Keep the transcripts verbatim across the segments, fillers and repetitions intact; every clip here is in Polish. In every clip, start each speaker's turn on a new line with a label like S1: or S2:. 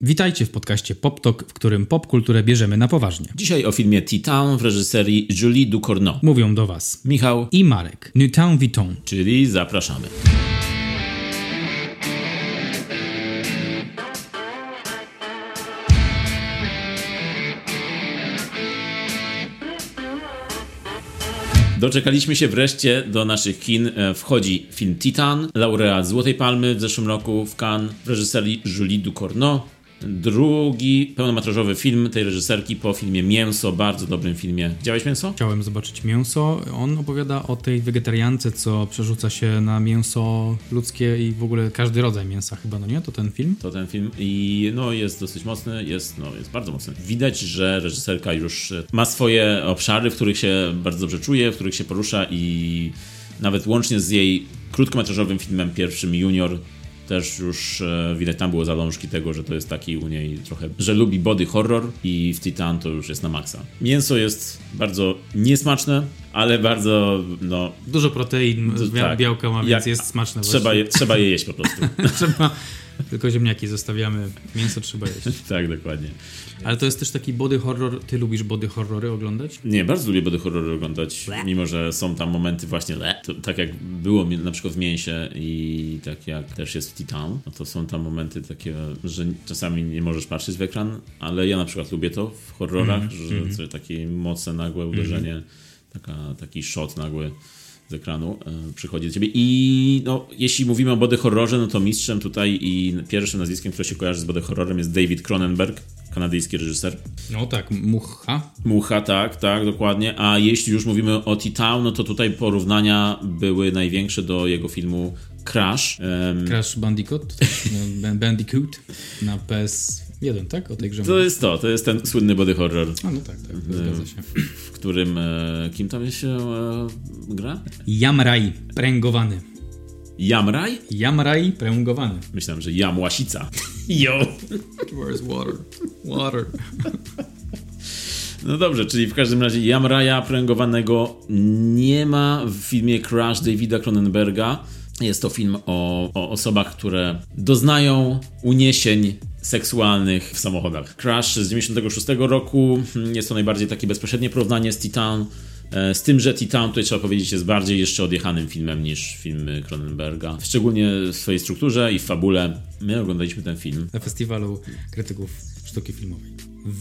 S1: Witajcie w podcaście PopTok, w którym popkulturę bierzemy na poważnie.
S2: Dzisiaj o filmie Titan w reżyserii Julie Ducournau.
S1: Mówią do Was
S2: Michał
S1: i Marek. Newtown Vuitton.
S2: Czyli zapraszamy. Doczekaliśmy się wreszcie do naszych kin. Wchodzi film Titan, laureat Złotej Palmy w zeszłym roku w Cannes w reżyserii Julie Ducournau. Drugi pełnometrażowy film tej reżyserki po filmie Mięso, bardzo dobrym filmie. Widziałeś Mięso?
S1: Chciałem zobaczyć Mięso. On opowiada o tej wegetariance, co przerzuca się na mięso ludzkie i w ogóle każdy rodzaj mięsa chyba, no nie? To ten film?
S2: To ten film i no jest dosyć mocny, jest, no, jest bardzo mocny. Widać, że reżyserka już ma swoje obszary, w których się bardzo dobrze czuje, w których się porusza i nawet łącznie z jej krótkometrażowym filmem pierwszym Junior też już e, widać, tam było zalążki tego, że to jest taki u niej trochę, że lubi body horror i w Titan to już jest na maksa. Mięso jest bardzo niesmaczne, ale bardzo, no...
S1: Dużo protein,
S2: to,
S1: bia-
S2: tak,
S1: białka ma, więc
S2: jak,
S1: jest smaczne.
S2: Trzeba je, trzeba je jeść po prostu.
S1: Trzeba, tylko ziemniaki zostawiamy, mięso trzeba jeść.
S2: Tak, dokładnie.
S1: Ale to jest też taki body horror. Ty lubisz body horrory oglądać?
S2: Nie, bardzo lubię body horrory oglądać, mimo że są tam momenty właśnie to, tak jak było na przykład w Mięsie i tak jak też jest w Titan, no to są tam momenty takie, że czasami nie możesz patrzeć w ekran, ale ja na przykład lubię to w horrorach, mm, że mm. takie mocne, nagłe uderzenie, mm. taka, taki shot nagły z ekranu y, przychodzi do ciebie i no, jeśli mówimy o body horrorze, no to mistrzem tutaj i pierwszym nazwiskiem, które się kojarzy z body horrorem jest David Cronenberg, kanadyjski reżyser.
S1: No tak, Mucha.
S2: Mucha, tak, tak, dokładnie. A jeśli już mówimy o Titan, no to tutaj porównania były największe do jego filmu Crash. Um,
S1: Crash Bandicoot, Bandicoot na P S jeden, tak? O tej grze.
S2: To jest to, to jest ten słynny body horror.
S1: A no tak, tak, zgadza się.
S2: W którym, e, kim tam się e, gra?
S1: Jamraj, pręgowany.
S2: Jamraj?
S1: Jamraj, pręgowany.
S2: Myślałem, że Jamłasica. Yo!
S1: Where's water? Water.
S2: No dobrze, czyli w każdym razie Jamraja pręgowanego nie ma w filmie Crash Davida Cronenberga. Jest to film o, o osobach, które doznają uniesień seksualnych w samochodach. Crash z dziewięćdziesiątego szóstego roku. Jest to najbardziej takie bezpośrednie porównanie z Titan. Z tym, że Titan, tutaj trzeba powiedzieć, jest bardziej jeszcze odjechanym filmem niż filmy Cronenberga. Szczególnie w swojej strukturze i w fabule. My oglądaliśmy ten film
S1: na festiwalu krytyków sztuki filmowej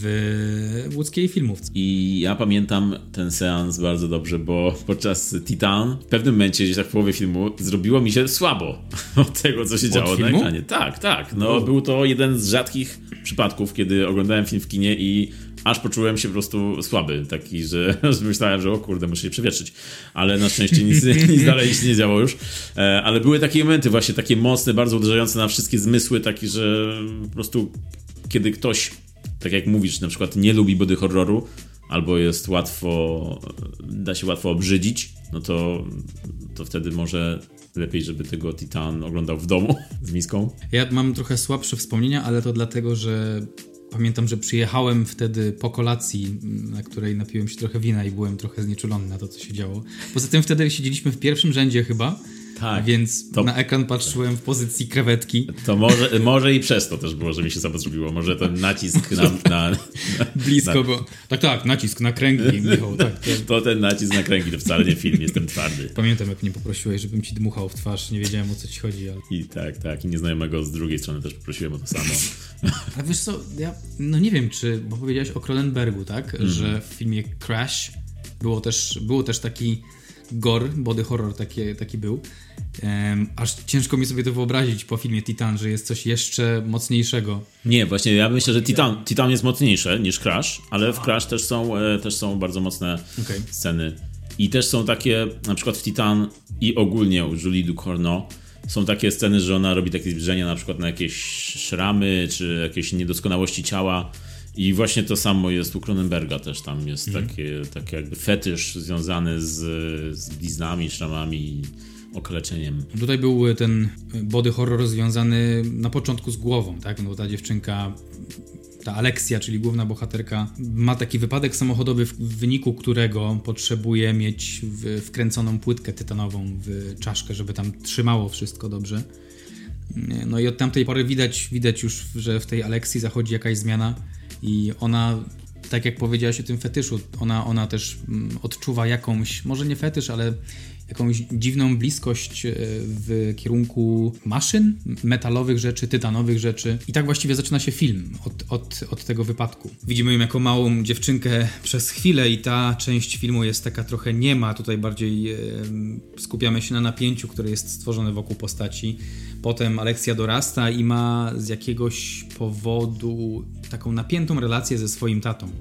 S1: w łódzkiej filmówce.
S2: I ja pamiętam ten seans bardzo dobrze, bo podczas Titan w pewnym momencie, gdzieś tak w połowie filmu, zrobiło mi się słabo od tego, co się
S1: od
S2: działo
S1: filmu?
S2: na ekranie. Tak, tak. No, oh. Był to jeden z rzadkich przypadków, kiedy oglądałem film w kinie i aż poczułem się po prostu słaby, taki, że, że myślałem, że o kurde, muszę się przewietrzyć. Ale na szczęście nic, nic dalej się nie działo już. E, ale były takie momenty właśnie, takie mocne, bardzo uderzające na wszystkie zmysły, takie, że po prostu kiedy ktoś, tak jak mówisz, na przykład nie lubi body horroru, albo jest łatwo, da się łatwo obrzydzić, no to, to wtedy może lepiej, żeby tego Titan oglądał w domu z miską.
S1: Ja mam trochę słabsze wspomnienia, ale to dlatego, że pamiętam, że przyjechałem wtedy po kolacji, na której napiłem się trochę wina i byłem trochę znieczulony na to, co się działo. Poza tym wtedy siedzieliśmy w pierwszym rzędzie chyba, tak, więc to, na ekran patrzyłem w pozycji krewetki.
S2: To może, może i przez to też było, że mi się słabo zrobiło. Może ten nacisk na... na, na
S1: Blisko,
S2: na,
S1: bo... Tak, tak, nacisk na kręgi, Michał, tak. To...
S2: to ten nacisk na kręgi, to wcale nie film, jestem twardy.
S1: Pamiętam, jak mnie poprosiłeś, żebym ci dmuchał w twarz, nie wiedziałem, o co ci chodzi, ale...
S2: I tak, tak, i nieznajomego z drugiej strony też poprosiłem o to samo.
S1: A wiesz co, ja no nie wiem, czy, bo powiedziałeś o Cronenbergu, tak, mm. że w filmie Crash było też, było też taki gore, body horror taki, taki był. Um, aż ciężko mi sobie to wyobrazić po filmie Titan, że jest coś jeszcze mocniejszego.
S2: Nie, właśnie ja myślę, że Titan, Titan jest mocniejsze niż Crash, ale w Crash też są, e, też są bardzo mocne okay. sceny. I też są takie, na przykład w Titan i ogólnie u Julie Ducournau są takie sceny, że ona robi takie zbliżenia na przykład na jakieś szramy, czy jakieś niedoskonałości ciała. I właśnie to samo jest u Cronenberga też, tam jest mm. takie, takie jakby fetysz związany z, z bliznami, szramami, okaleczeniem.
S1: Tutaj był ten body horror związany na początku z głową, tak? No ta dziewczynka, ta Alexia, czyli główna bohaterka, ma taki wypadek samochodowy, w wyniku którego potrzebuje mieć w, wkręconą płytkę tytanową w czaszkę, żeby tam trzymało wszystko dobrze. No i od tamtej pory widać, widać już, że w tej Aleksji zachodzi jakaś zmiana i ona, tak jak powiedziałaś o tym fetyszu, ona, ona też odczuwa jakąś, może nie fetysz, ale jakąś dziwną bliskość w kierunku maszyn, metalowych rzeczy, tytanowych rzeczy. I tak właściwie zaczyna się film od, od, od tego wypadku. Widzimy ją jako małą dziewczynkę przez chwilę i ta część filmu jest taka trochę niema. Tutaj bardziej e, skupiamy się na napięciu, które jest stworzone wokół postaci. Potem Aleksja dorasta i ma z jakiegoś powodu taką napiętą relację ze swoim tatą.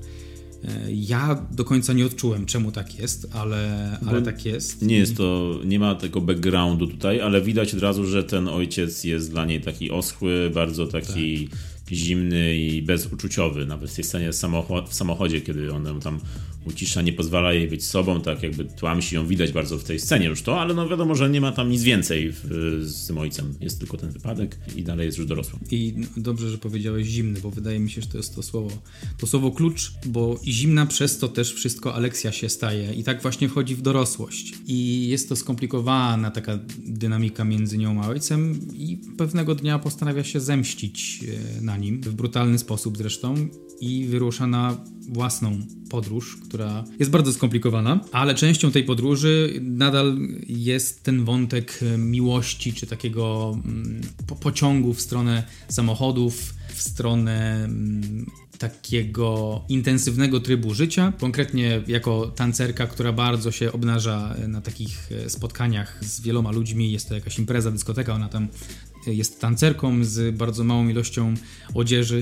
S1: Ja do końca nie odczułem, czemu tak jest, ale, ale tak jest.
S2: Nie jest to, nie ma tego backgroundu tutaj, ale widać od razu, że ten ojciec jest dla niej taki oschły, bardzo taki tak. zimny i bezuczuciowy. Nawet w tej scenie w samochodzie, kiedy on ją tam ucisza, nie pozwala jej być sobą, tak jakby tłamsi ją, widać bardzo w tej scenie już to, ale no wiadomo, że nie ma tam nic więcej w, z tym ojcem. Jest tylko ten wypadek i dalej jest już dorosła.
S1: I dobrze, że powiedziałeś zimny, bo wydaje mi się, że to jest to słowo, to słowo klucz, bo zimna przez to też wszystko Aleksja się staje i tak właśnie wchodzi w dorosłość. I jest to skomplikowana taka dynamika między nią a ojcem i pewnego dnia postanawia się zemścić na nim, w brutalny sposób zresztą, i wyrusza na własną podróż, która jest bardzo skomplikowana, ale częścią tej podróży nadal jest ten wątek miłości, czy takiego po- pociągu w stronę samochodów, w stronę takiego intensywnego trybu życia. Konkretnie jako tancerka, która bardzo się obnaża na takich spotkaniach z wieloma ludźmi. Jest to jakaś impreza, dyskoteka, ona tam jest tancerką z bardzo małą ilością odzieży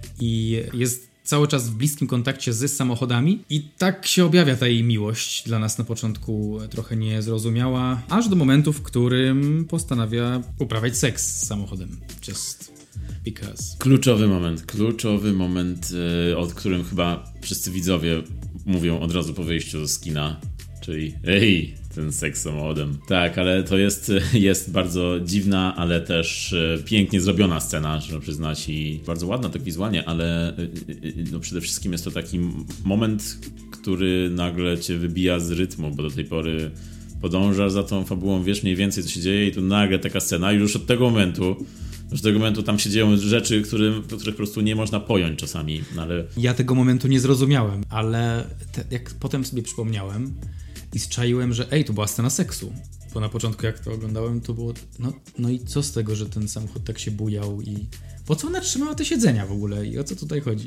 S1: i jest cały czas w bliskim kontakcie z samochodami i tak się objawia ta jej miłość, dla nas na początku trochę niezrozumiała, aż do momentu, w którym postanawia uprawiać seks z samochodem. Just because.
S2: Kluczowy moment, kluczowy moment, yy, o którym chyba wszyscy widzowie mówią od razu po wyjściu z kina, czyli ej, ten seks samochodem. Tak, ale to jest, jest bardzo dziwna, ale też pięknie zrobiona scena, trzeba przyznać, i bardzo ładna tak wizualnie, ale no przede wszystkim jest to taki moment, który nagle cię wybija z rytmu, bo do tej pory podążasz za tą fabułą, wiesz mniej więcej co się dzieje i tu nagle taka scena i już od tego momentu Już od tego momentu tam się dzieją rzeczy, których, których po prostu nie można pojąć czasami, ale...
S1: Ja tego momentu nie zrozumiałem, ale te, jak potem sobie przypomniałem i zczaiłem, że ej, to była scena seksu. Bo na początku jak to oglądałem, to było... No, no i co z tego, że ten samochód tak się bujał i... Po co ona trzymała te siedzenia w ogóle i o co tutaj chodzi?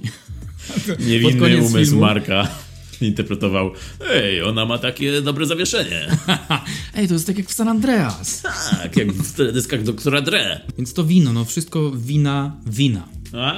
S2: Niewinny umysł filmu Marka interpretował, ej, ona ma takie dobre zawieszenie.
S1: Ej, to jest tak jak w San Andreas.
S2: Tak, jak w teledyskach doktora Dre. Więc
S1: to wino, no wszystko wina, wina.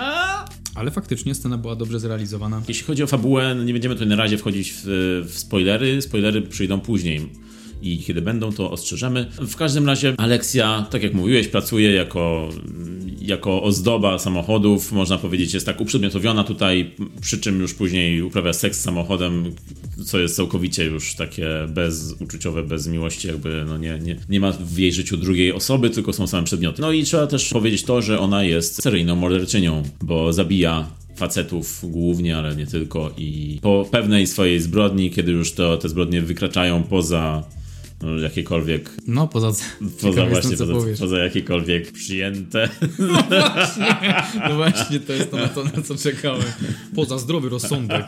S2: A?
S1: Ale faktycznie scena była dobrze zrealizowana.
S2: Jeśli chodzi o fabułę, no nie będziemy tutaj na razie wchodzić w, w spoilery. Spoilery przyjdą później i kiedy będą, to ostrzeżemy. W każdym razie Aleksja, tak jak mówiłeś, pracuje jako, jako ozdoba samochodów. Można powiedzieć, jest tak uprzedmiotowiona tutaj, przy czym już później uprawia seks z samochodem, co jest całkowicie już takie bezuczuciowe, bez miłości, jakby no nie, nie, nie ma w jej życiu drugiej osoby, tylko są same przedmioty. No i trzeba też powiedzieć to, że ona jest seryjną morderczynią, bo zabija facetów głównie, ale nie tylko, i po pewnej swojej zbrodni, kiedy już to, te zbrodnie wykraczają poza no, jakiekolwiek...
S1: No, poza...
S2: Poza właśnie, poza, poza jakiekolwiek przyjęte...
S1: No właśnie, no właśnie, to jest to, na, to, na co czekałem. Poza zdrowy rozsądek.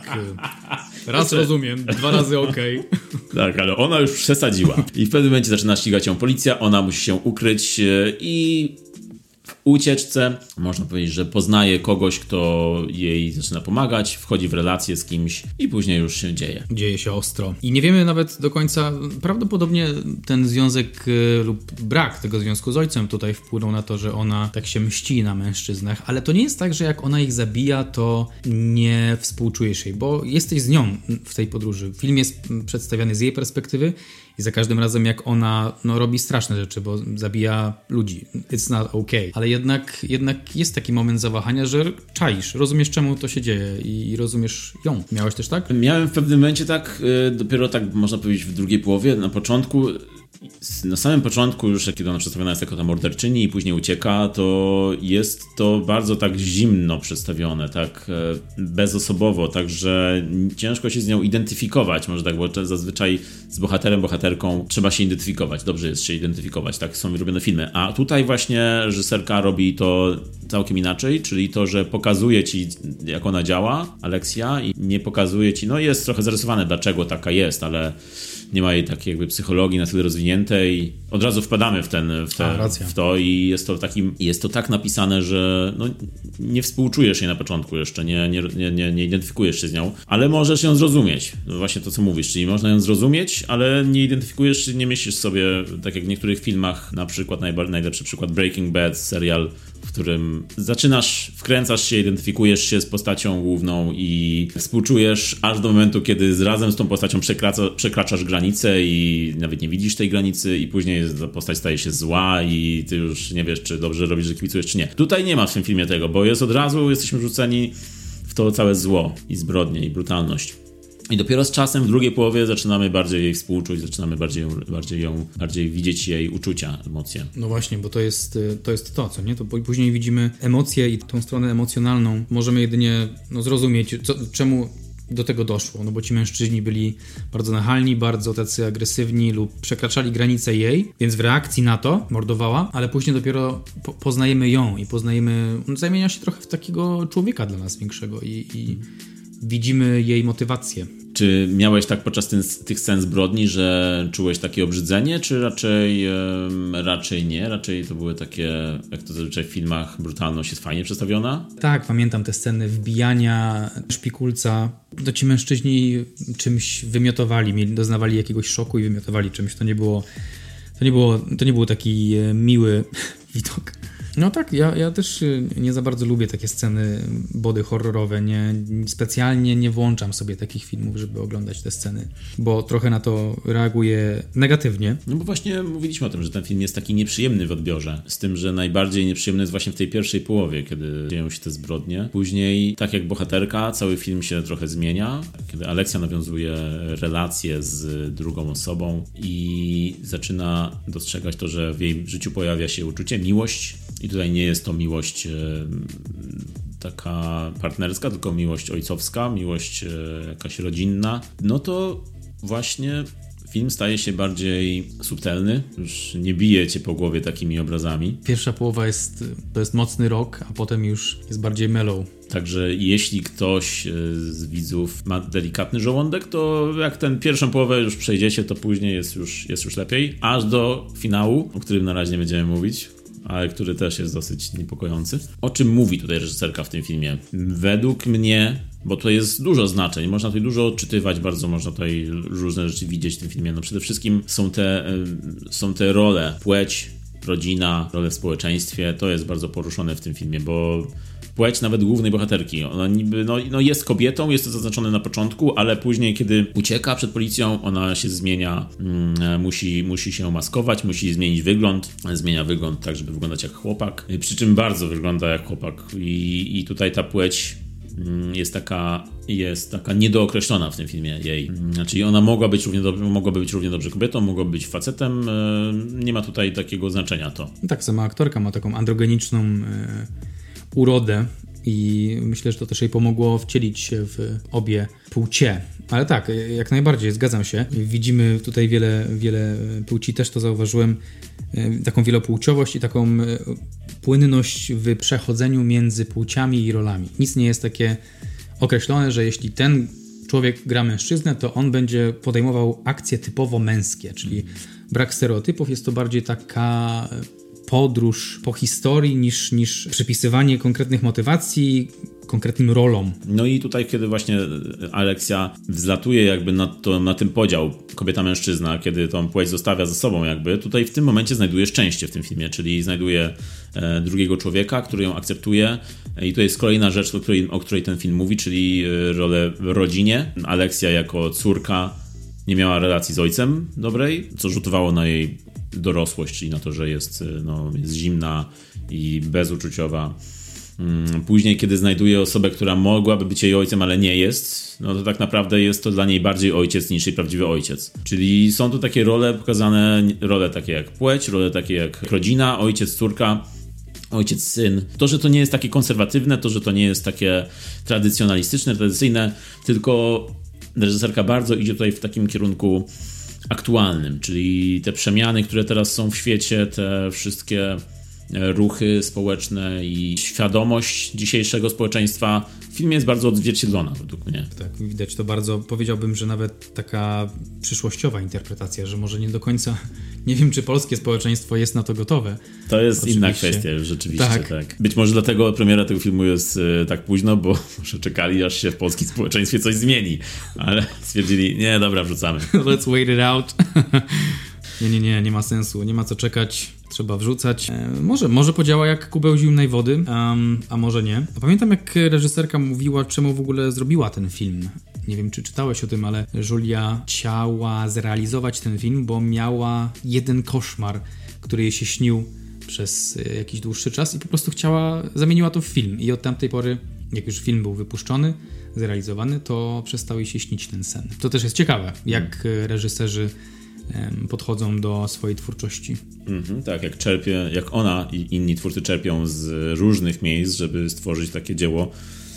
S1: Raz znaczy... rozumiem, dwa razy okej. Okay.
S2: Tak, ale ona już przesadziła. I w pewnym momencie zaczyna ścigać ją policja, ona musi się ukryć i... W ucieczce można powiedzieć, że poznaje kogoś, kto jej zaczyna pomagać, wchodzi w relację z kimś i później już się dzieje.
S1: Dzieje się ostro. I nie wiemy nawet do końca, prawdopodobnie ten związek lub brak tego związku z ojcem tutaj wpłynął na to, że ona tak się mści na mężczyznach, ale to nie jest tak, że jak ona ich zabija, to nie współczujesz jej, bo jesteś z nią w tej podróży. Film jest przedstawiany z jej perspektywy i za każdym razem jak ona no, robi straszne rzeczy, bo zabija ludzi. It's not okay. Ale jednak, jednak jest taki moment zawahania, że czaisz, rozumiesz czemu to się dzieje i rozumiesz ją. Miałeś też tak?
S2: Miałem w pewnym momencie tak, dopiero tak można powiedzieć w drugiej połowie, na początku na samym początku już, kiedy ona przedstawiona jest jako ta morderczyni i później ucieka, to jest to bardzo tak zimno przedstawione, tak bezosobowo, także ciężko się z nią identyfikować, może tak, bo zazwyczaj z bohaterem, bohaterką trzeba się identyfikować, dobrze jest się identyfikować, tak są robione filmy, a tutaj właśnie reżyserka robi to całkiem inaczej, czyli to, że pokazuje ci, jak ona działa, Alexia, i nie pokazuje ci, no jest trochę zarysowane, dlaczego taka jest, ale nie ma jej takiej jakby psychologii na tyle rozwiniętej. Od razu wpadamy w, ten, w, te, A, w to i jest to, takim, jest to tak napisane, że no, nie współczujesz jej na początku jeszcze, nie, nie, nie, nie identyfikujesz się z nią, ale możesz ją zrozumieć. No właśnie to, co mówisz, czyli można ją zrozumieć, ale nie identyfikujesz się, nie myślisz sobie, tak jak w niektórych filmach, na przykład najlepszy przykład Breaking Bad, serial, w którym zaczynasz, wkręcasz się, identyfikujesz się z postacią główną i współczujesz aż do momentu, kiedy razem z tą postacią przekracza, przekraczasz granicę i nawet nie widzisz tej granicy i później ta postać staje się zła i ty już nie wiesz, czy dobrze robisz, że kibicujesz, czy nie. Tutaj nie ma w tym filmie tego, bo jest od razu, jesteśmy rzuceni w to całe zło i zbrodnie i brutalność. I dopiero z czasem w drugiej połowie zaczynamy bardziej jej współczuć, zaczynamy bardziej ją, bardziej ją, bardziej widzieć jej uczucia, emocje.
S1: No właśnie, bo to jest to, jest to co nie? To później widzimy emocje i tą stronę emocjonalną. Możemy jedynie no, zrozumieć, co, czemu do tego doszło, no bo ci mężczyźni byli bardzo nachalni, bardzo tacy agresywni lub przekraczali granice jej, więc w reakcji na to mordowała, ale później dopiero po, poznajemy ją i poznajemy, no, zamienia się trochę w takiego człowieka dla nas większego i, i widzimy jej motywację.
S2: Czy miałeś tak podczas ten, tych scen zbrodni, że czułeś takie obrzydzenie, czy raczej, e, raczej nie? Raczej to były takie, jak to zazwyczaj w filmach, brutalność jest fajnie przedstawiona?
S1: Tak, pamiętam te sceny wbijania szpikulca. To ci mężczyźni czymś wymiotowali, mieli, doznawali jakiegoś szoku i wymiotowali czymś. To nie było, to nie było, to nie był taki miły widok. No tak, ja, ja też nie za bardzo lubię takie sceny body horrorowe, nie, specjalnie nie włączam sobie takich filmów, żeby oglądać te sceny, bo trochę na to reaguję negatywnie.
S2: No bo właśnie mówiliśmy o tym, że ten film jest taki nieprzyjemny w odbiorze, z tym, że najbardziej nieprzyjemny jest właśnie w tej pierwszej połowie, kiedy dzieją się te zbrodnie. Później, tak jak bohaterka, cały film się trochę zmienia, kiedy Alexia nawiązuje relacje z drugą osobą i zaczyna dostrzegać to, że w jej życiu pojawia się uczucie, miłość. I tutaj nie jest to miłość e, taka partnerska, tylko miłość ojcowska, miłość e, jakaś rodzinna. No to właśnie film staje się bardziej subtelny, już nie bije cię po głowie takimi obrazami.
S1: Pierwsza połowa jest, to jest mocny rock, a potem już jest bardziej mellow.
S2: Także jeśli ktoś z widzów ma delikatny żołądek, to jak ten pierwszą połowę już przejdziecie, to później jest już, jest już lepiej. Aż do finału, o którym na razie nie będziemy mówić, ale który też jest dosyć niepokojący. O czym mówi tutaj reżyserka w tym filmie? Według mnie, bo to jest dużo znaczeń, można tutaj dużo odczytywać, bardzo można tutaj różne rzeczy widzieć w tym filmie. No przede wszystkim są te, są te role, płeć, rodzina, role w społeczeństwie, to jest bardzo poruszone w tym filmie, bo płeć nawet głównej bohaterki, ona niby, no, no jest kobietą, jest to zaznaczone na początku, ale później, kiedy ucieka przed policją, ona się zmienia, mm, musi, musi się maskować, musi zmienić wygląd, zmienia wygląd tak, żeby wyglądać jak chłopak, przy czym bardzo wygląda jak chłopak i, i tutaj ta płeć jest taka, jest taka niedookreślona w tym filmie jej. Czyli ona mogła być równie dobrze, mogłaby być równie dobrze kobietą, mogłaby być facetem. Nie ma tutaj takiego znaczenia to.
S1: Tak, sama aktorka ma taką androgeniczną e, urodę i myślę, że to też jej pomogło wcielić się w obie płcie. Ale tak, jak najbardziej, zgadzam się. Widzimy tutaj wiele, wiele płci, też to zauważyłem, taką wielopłciowość i taką płynność w przechodzeniu między płciami i rolami. Nic nie jest takie określone, że jeśli ten człowiek gra mężczyznę, to on będzie podejmował akcje typowo męskie, czyli brak stereotypów, jest to bardziej taka podróż po historii niż, niż przypisywanie konkretnych motywacji konkretnym rolom.
S2: No i tutaj, kiedy właśnie Alexia wzlatuje jakby na, to, na tym podział kobieta-mężczyzna, kiedy tą płeć zostawia ze sobą jakby, tutaj w tym momencie znajduje szczęście w tym filmie, czyli znajduje e, drugiego człowieka, który ją akceptuje i to jest kolejna rzecz, o której, o której ten film mówi, czyli rolę w rodzinie. Alexia jako córka nie miała relacji z ojcem dobrej, co rzutowało na jej dorosłość, czyli na to, że jest, no, jest zimna i bezuczuciowa. Później, kiedy znajduje osobę, która mogłaby być jej ojcem, ale nie jest, no to tak naprawdę jest to dla niej bardziej ojciec niż jej prawdziwy ojciec. Czyli są tu takie role pokazane, role takie jak płeć, role takie jak rodzina, ojciec, córka, ojciec, syn. To, że to nie jest takie konserwatywne, to, że to nie jest takie tradycjonalistyczne, tradycyjne, tylko reżyserka bardzo idzie tutaj w takim kierunku aktualnym, czyli te przemiany, które teraz są w świecie, te wszystkie ruchy społeczne i świadomość dzisiejszego społeczeństwa w filmie jest bardzo odzwierciedlona według mnie.
S1: Tak, widać to bardzo, powiedziałbym, że nawet taka przyszłościowa interpretacja, że może nie do końca, nie wiem, czy polskie społeczeństwo jest na to gotowe.
S2: To jest Oczywiście. inna kwestia już rzeczywiście, tak. tak. Być może dlatego premiera tego filmu jest e, tak późno, bo może czekali, aż się w polskim społeczeństwie coś zmieni, ale stwierdzili, nie, dobra, wrzucamy.
S1: Let's wait it out. Nie, nie, nie, nie ma sensu, nie ma co czekać, trzeba wrzucać. E, może, może podziała jak kubeł zimnej wody, um, a może nie. A pamiętam, jak reżyserka mówiła, czemu w ogóle zrobiła ten film. Nie wiem, czy czytałeś o tym, ale Julia chciała zrealizować ten film, bo miała jeden koszmar, który jej się śnił przez jakiś dłuższy czas i po prostu chciała, zamieniła to w film. I od tamtej pory, jak już film był wypuszczony, zrealizowany, to przestał jej się śnić ten sen. To też jest ciekawe, jak reżyserzy podchodzą do swojej twórczości.
S2: Mm-hmm, tak, jak czerpie, jak ona i inni twórcy czerpią z różnych miejsc, żeby stworzyć takie dzieło,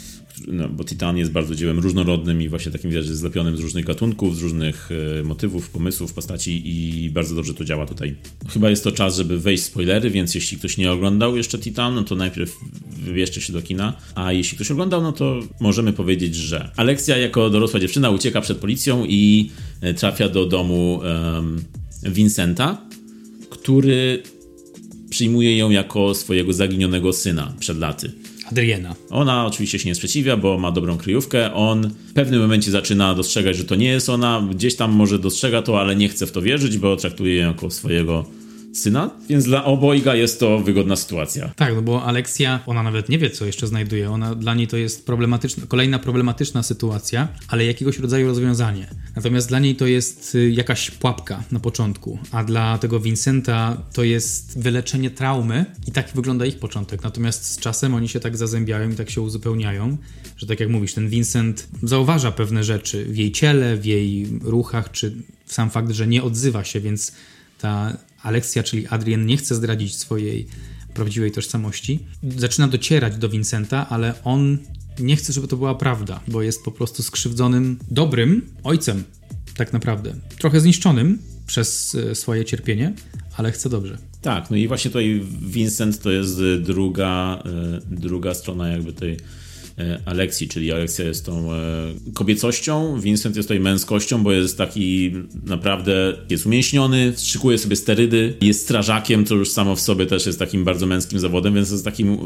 S2: no, bo Titan jest bardzo dziełem różnorodnym i właśnie takim, widać, zlepionym z różnych gatunków, z różnych e, motywów, pomysłów, postaci i bardzo dobrze to działa tutaj. Chyba jest to czas, żeby wejść w spoilery, więc jeśli ktoś nie oglądał jeszcze Titan, no to najpierw wybierzcie się do kina, a jeśli ktoś oglądał, no to możemy powiedzieć, że Alexia jako dorosła dziewczyna ucieka przed policją i e, trafia do domu e, Vincenta, który przyjmuje ją jako swojego zaginionego syna przed laty.
S1: Adriana.
S2: Ona oczywiście się nie sprzeciwia, bo ma dobrą kryjówkę. On w pewnym momencie zaczyna dostrzegać, że to nie jest ona. Gdzieś tam może dostrzega to, ale nie chce w to wierzyć, bo traktuje ją jako swojego syna. Więc dla obojga jest to wygodna sytuacja.
S1: Tak, no bo Alexia, ona nawet nie wie, co jeszcze znajduje. Ona, dla niej to jest problematyczna, kolejna problematyczna sytuacja, ale jakiegoś rodzaju rozwiązanie. Natomiast dla niej to jest jakaś pułapka na początku, a dla tego Vincenta to jest wyleczenie traumy i tak wygląda ich początek. Natomiast z czasem oni się tak zazębiają i tak się uzupełniają, że tak jak mówisz, ten Vincent zauważa pewne rzeczy w jej ciele, w jej ruchach, czy sam fakt, że nie odzywa się, więc ta Alexia, czyli Adrian, nie chce zdradzić swojej prawdziwej tożsamości. Zaczyna docierać do Vincenta, ale on nie chce, żeby to była prawda, bo jest po prostu skrzywdzonym, dobrym ojcem, tak naprawdę. Trochę zniszczonym przez swoje cierpienie, ale chce dobrze.
S2: Tak, no i właśnie tutaj Vincent to jest druga, druga strona jakby tej Alexi, czyli Alexia jest tą kobiecością, Vincent jest tutaj męskością, bo jest taki naprawdę, jest umięśniony, wstrzykuje sobie sterydy, jest strażakiem, co już samo w sobie też jest takim bardzo męskim zawodem, więc jest takim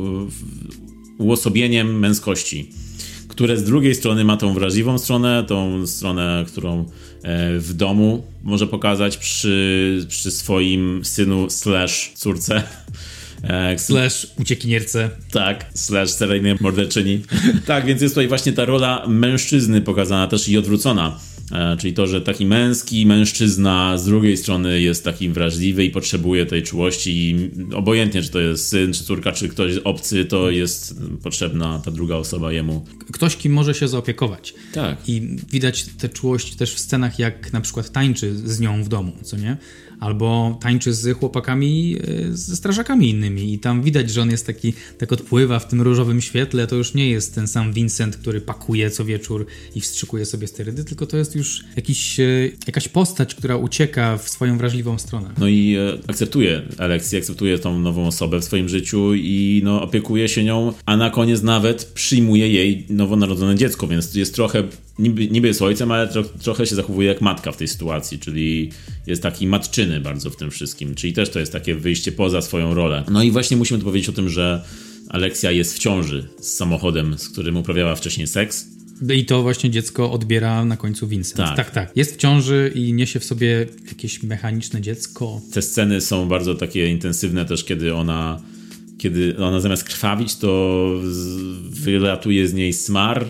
S2: uosobieniem męskości, które z drugiej strony ma tą wrażliwą stronę, tą stronę, którą w domu może pokazać przy, przy swoim synu slash córce.
S1: Slash uciekinierce.
S2: Tak, slash seryjnej morderczyni. Tak, więc jest tutaj właśnie ta rola mężczyzny pokazana też i odwrócona. E, czyli to, że taki męski mężczyzna z drugiej strony jest taki wrażliwy i potrzebuje tej czułości i obojętnie, czy to jest syn, czy córka, czy ktoś obcy, to jest potrzebna ta druga osoba jemu.
S1: Ktoś, kim może się zaopiekować.
S2: Tak.
S1: I widać tę czułość też w scenach, jak na przykład tańczy z nią w domu, co nie? Albo tańczy z chłopakami, ze strażakami innymi i tam widać, że on jest taki, tak odpływa w tym różowym świetle, to już nie jest ten sam Vincent, który pakuje co wieczór i wstrzykuje sobie sterydy, tylko to jest już jakiś, jakaś postać, która ucieka w swoją wrażliwą stronę.
S2: No i akceptuje Alexi, akceptuje tą nową osobę w swoim życiu i no, opiekuje się nią, a na koniec nawet przyjmuje jej nowonarodzone dziecko, więc jest trochę, niby, niby jest ojcem, ale tro, trochę się zachowuje jak matka w tej sytuacji, czyli jest taki matczyny bardzo w tym wszystkim, czyli też to jest takie wyjście poza swoją rolę. No i właśnie musimy tu powiedzieć o tym, że Alexia jest w ciąży z samochodem, z którym uprawiała wcześniej seks.
S1: I to właśnie dziecko odbiera na końcu Vincent.
S2: Tak.
S1: tak, tak. Jest w ciąży i niesie w sobie jakieś mechaniczne dziecko.
S2: Te sceny są bardzo takie intensywne też, kiedy ona, kiedy ona zamiast krwawić, to wylatuje z niej smar,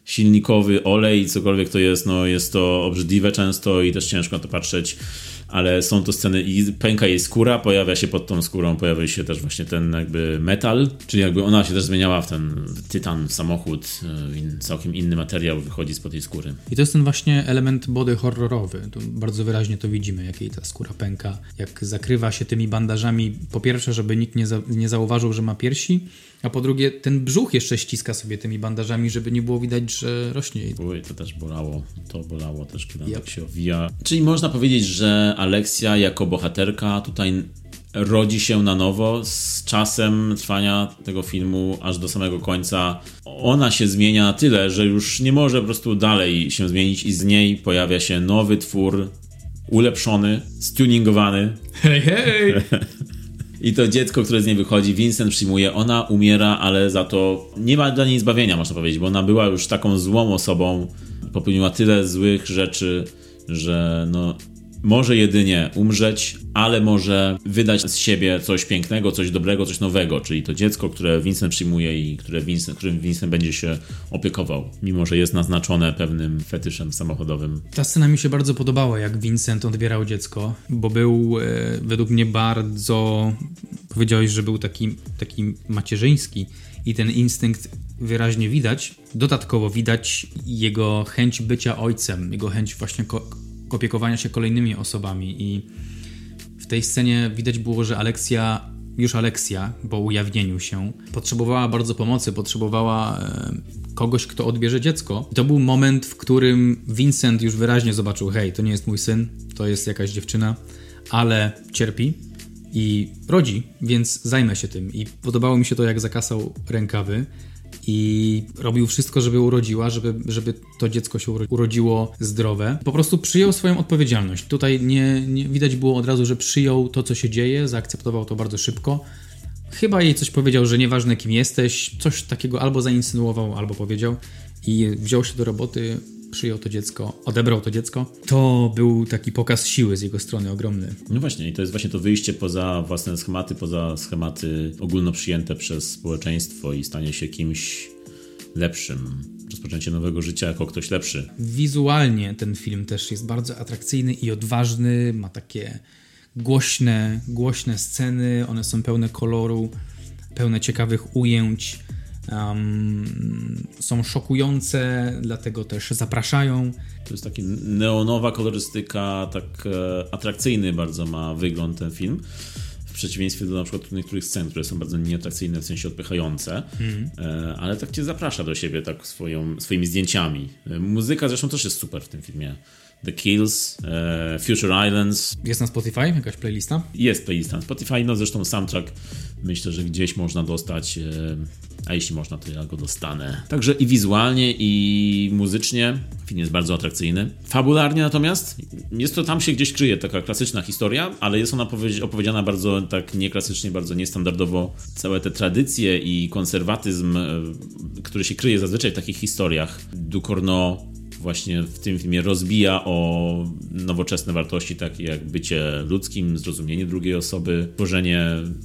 S2: silnikowy olej, cokolwiek to jest, no jest to obrzydliwe często i też ciężko na to patrzeć, ale są to sceny i pęka jej skóra, pojawia się pod tą skórą, pojawia się też właśnie ten jakby metal, czyli jakby ona się też zmieniała w ten tytan, w samochód, in, całkiem inny materiał wychodzi spod tej skóry.
S1: I to jest ten właśnie element body horrorowy. Tu bardzo wyraźnie to widzimy, jak jej ta skóra pęka, jak zakrywa się tymi bandażami, po pierwsze, żeby nikt nie, za, nie zauważył, że ma piersi, a po drugie ten brzuch jeszcze ściska sobie tymi bandażami, żeby nie było widać, że rośnie jej.
S2: Uj, to też bolało, to bolało też, kiedy
S1: yep.
S2: tak się owija. Czyli można powiedzieć, że Alexia jako bohaterka tutaj rodzi się na nowo z czasem trwania tego filmu aż do samego końca. Ona się zmienia na tyle, że już nie może po prostu dalej się zmienić i z niej pojawia się nowy twór, ulepszony, stuningowany.
S1: Hej, hej!
S2: I to dziecko, które z niej wychodzi, Vincent przyjmuje, ona umiera, ale za to nie ma dla niej zbawienia, można powiedzieć, bo ona była już taką złą osobą, popełniła tyle złych rzeczy, że no może jedynie umrzeć, ale może wydać z siebie coś pięknego, coś dobrego, coś nowego, czyli to dziecko, które Vincent przyjmuje i które Vincent, którym Vincent będzie się opiekował, mimo że jest naznaczone pewnym fetyszem samochodowym.
S1: Ta scena mi się bardzo podobała, jak Vincent odbierał dziecko, bo był e, według mnie bardzo, powiedziałeś, że był taki, taki macierzyński i ten instynkt wyraźnie widać. Dodatkowo widać jego chęć bycia ojcem, jego chęć właśnie ko- opiekowania się kolejnymi osobami i w tej scenie widać było, że Alexia, już Alexia po ujawnieniu się, potrzebowała bardzo pomocy, potrzebowała e, kogoś, kto odbierze dziecko. I to był moment, w którym Vincent już wyraźnie zobaczył, hej, to nie jest mój syn, to jest jakaś dziewczyna, ale cierpi i rodzi, więc zajmę się tym. I podobało mi się to, jak zakasał rękawy i robił wszystko, żeby urodziła, żeby, żeby to dziecko się urodziło zdrowe. Po prostu przyjął swoją odpowiedzialność. Tutaj nie, nie widać było od razu, że przyjął to, co się dzieje, zaakceptował to bardzo szybko. Chyba jej coś powiedział, że nieważne kim jesteś, coś takiego albo zainsynuował, albo powiedział i wziął się do roboty, przyjął to dziecko, odebrał to dziecko. To był taki pokaz siły z jego strony ogromny.
S2: No właśnie, i to jest właśnie to wyjście poza własne schematy, poza schematy ogólnoprzyjęte przez społeczeństwo i stanie się kimś lepszym. Rozpoczęcie nowego życia jako ktoś lepszy.
S1: Wizualnie ten film też jest bardzo atrakcyjny i odważny, ma takie głośne, głośne sceny, one są pełne koloru, pełne ciekawych ujęć. Um, są szokujące, dlatego też zapraszają.
S2: To jest taka neonowa kolorystyka, tak e, atrakcyjny bardzo ma wygląd ten film. W przeciwieństwie do na przykład niektórych scen, które są bardzo nieatrakcyjne, w sensie odpychające, mm. e, ale tak cię zaprasza do siebie tak swoją, swoimi zdjęciami. E, muzyka zresztą też jest super w tym filmie. The Kills, e, Future Islands.
S1: Jest na Spotify jakaś playlista?
S2: Jest playlista na Spotify, no zresztą soundtrack myślę, że gdzieś można dostać, e, a jeśli można, to ja go dostanę. Także i wizualnie, i muzycznie film jest bardzo atrakcyjny. Fabularnie natomiast jest to, tam się gdzieś kryje taka klasyczna historia, ale jest ona opowiedziana bardzo tak nieklasycznie, bardzo niestandardowo. Całe te tradycje i konserwatyzm, e, który się kryje zazwyczaj w takich historiach. Ducournau właśnie w tym filmie rozbija o nowoczesne wartości, takie jak bycie ludzkim, zrozumienie drugiej osoby, tworzenie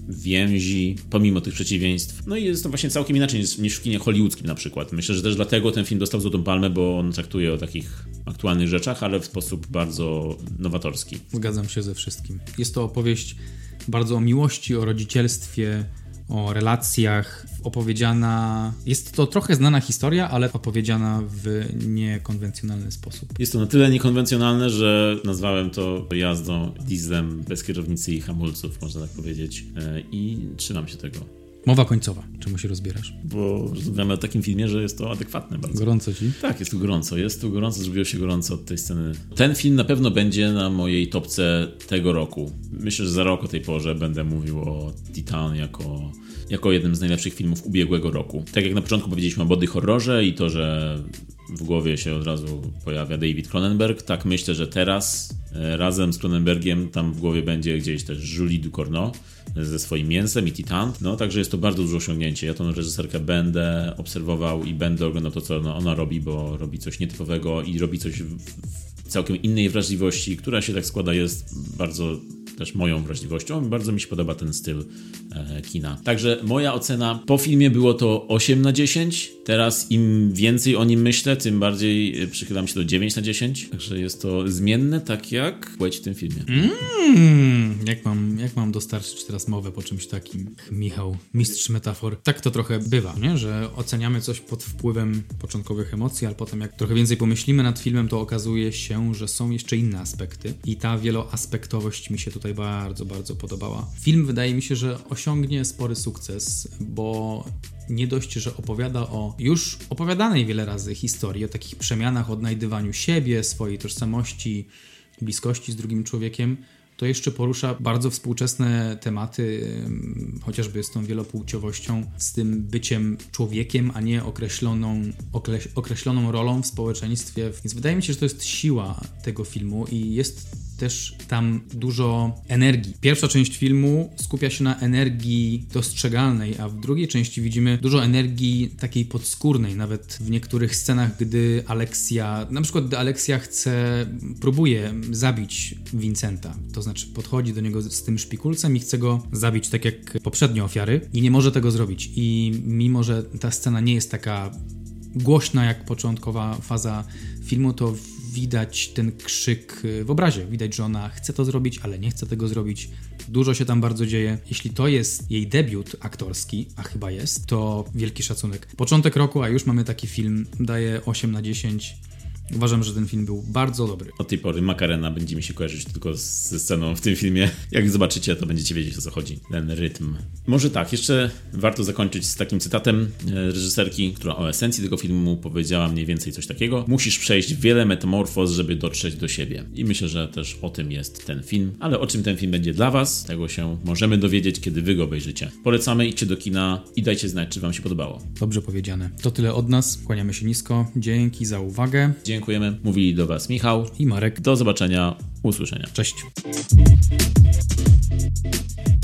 S2: więzi, pomimo tych przeciwieństw. No i jest to właśnie całkiem inaczej niż, niż w kinie hollywoodzkim na przykład. Myślę, że też dlatego ten film dostał Złotą Palmę, bo on traktuje o takich aktualnych rzeczach, ale w sposób bardzo nowatorski.
S1: Zgadzam się ze wszystkim. Jest to opowieść bardzo o miłości, o rodzicielstwie, o relacjach, opowiedziana... Jest to trochę znana historia, ale opowiedziana w niekonwencjonalny sposób.
S2: Jest to na tyle niekonwencjonalne, że nazwałem to jazdą dieslem bez kierownicy i hamulców, można tak powiedzieć. I trzymam się tego.
S1: Mowa końcowa. Czemu się rozbierasz?
S2: Bo rozmawiamy o takim filmie, że jest to adekwatne bardzo.
S1: Gorąco ci?
S2: Tak, jest tu gorąco. Jest tu gorąco, zrobiło się gorąco od tej sceny. Ten film na pewno będzie na mojej topce tego roku. Myślę, że za rok o tej porze będę mówił o Titan jako, jako jednym z najlepszych filmów ubiegłego roku. Tak jak na początku powiedzieliśmy o body horrorze i to, że w głowie się od razu pojawia David Cronenberg, tak myślę, że teraz razem z Cronenbergiem tam w głowie będzie gdzieś też Julie Ducournau ze swoim Mięsem i Titan. No, także jest to bardzo duże osiągnięcie. Ja tą reżyserkę będę obserwował i będę oglądał to, co ona, ona robi, bo robi coś nietypowego i robi coś w, w całkiem innej wrażliwości, która się tak składa, jest bardzo też moją wrażliwością. Bardzo mi się podoba ten styl e, kina. Także moja ocena po filmie było to osiem na dziesięć. Teraz im więcej o nim myślę, tym bardziej przychylam się do dziewięć na dziesięć. Także jest to zmienne, tak jak płeć w tym filmie.
S1: Mm, jak, mam, jak mam dostarczyć teraz mowę po czymś takim? Michał, mistrz metafor. Tak to trochę bywa, nie? Że oceniamy coś pod wpływem początkowych emocji, ale potem jak trochę więcej pomyślimy nad filmem, to okazuje się, że są jeszcze inne aspekty. I ta wieloaspektowość mi się tutaj bardzo, bardzo podobała. Film wydaje mi się, że osiągnie spory sukces, bo nie dość, że opowiada o już opowiadanej wiele razy historii, o takich przemianach, odnajdywaniu siebie, swojej tożsamości, bliskości z drugim człowiekiem, to jeszcze porusza bardzo współczesne tematy, chociażby z tą wielopłciowością, z tym byciem człowiekiem, a nie określoną, okreś, określoną rolą w społeczeństwie. Więc wydaje mi się, że to jest siła tego filmu i jest też tam dużo energii. Pierwsza część filmu skupia się na energii dostrzegalnej, a w drugiej części widzimy dużo energii takiej podskórnej, nawet w niektórych scenach, gdy Alexia, na przykład gdy Alexia chce, próbuje zabić Vincenta, to znaczy podchodzi do niego z tym szpikulcem i chce go zabić tak jak poprzednie ofiary i nie może tego zrobić. I mimo, że ta scena nie jest taka głośna jak początkowa faza filmu, to widać ten krzyk w obrazie. Widać, że ona chce to zrobić, ale nie chce tego zrobić. Dużo się tam bardzo dzieje. Jeśli to jest jej debiut aktorski, a chyba jest, to wielki szacunek. Początek roku, a już mamy taki film. Daję osiem na dziesięć. Uważam, że ten film był bardzo dobry.
S2: Od tej pory Macarena będzie mi się kojarzyć tylko ze sceną w tym filmie. Jak zobaczycie, to będziecie wiedzieć, o co chodzi. Ten rytm. Może tak, jeszcze warto zakończyć z takim cytatem reżyserki, która o esencji tego filmu powiedziała mniej więcej coś takiego. Musisz przejść wiele metamorfoz, żeby dotrzeć do siebie. I myślę, że też o tym jest ten film. Ale o czym ten film będzie dla was, tego się możemy dowiedzieć, kiedy wy go obejrzycie. Polecamy, idźcie do kina i dajcie znać, czy wam się podobało.
S1: Dobrze powiedziane. To tyle od nas. Kłaniamy się nisko. Dzięki za uwagę.
S2: Dziękujemy. Mówili do was Michał
S1: i Marek.
S2: Do zobaczenia, usłyszenia.
S1: Cześć.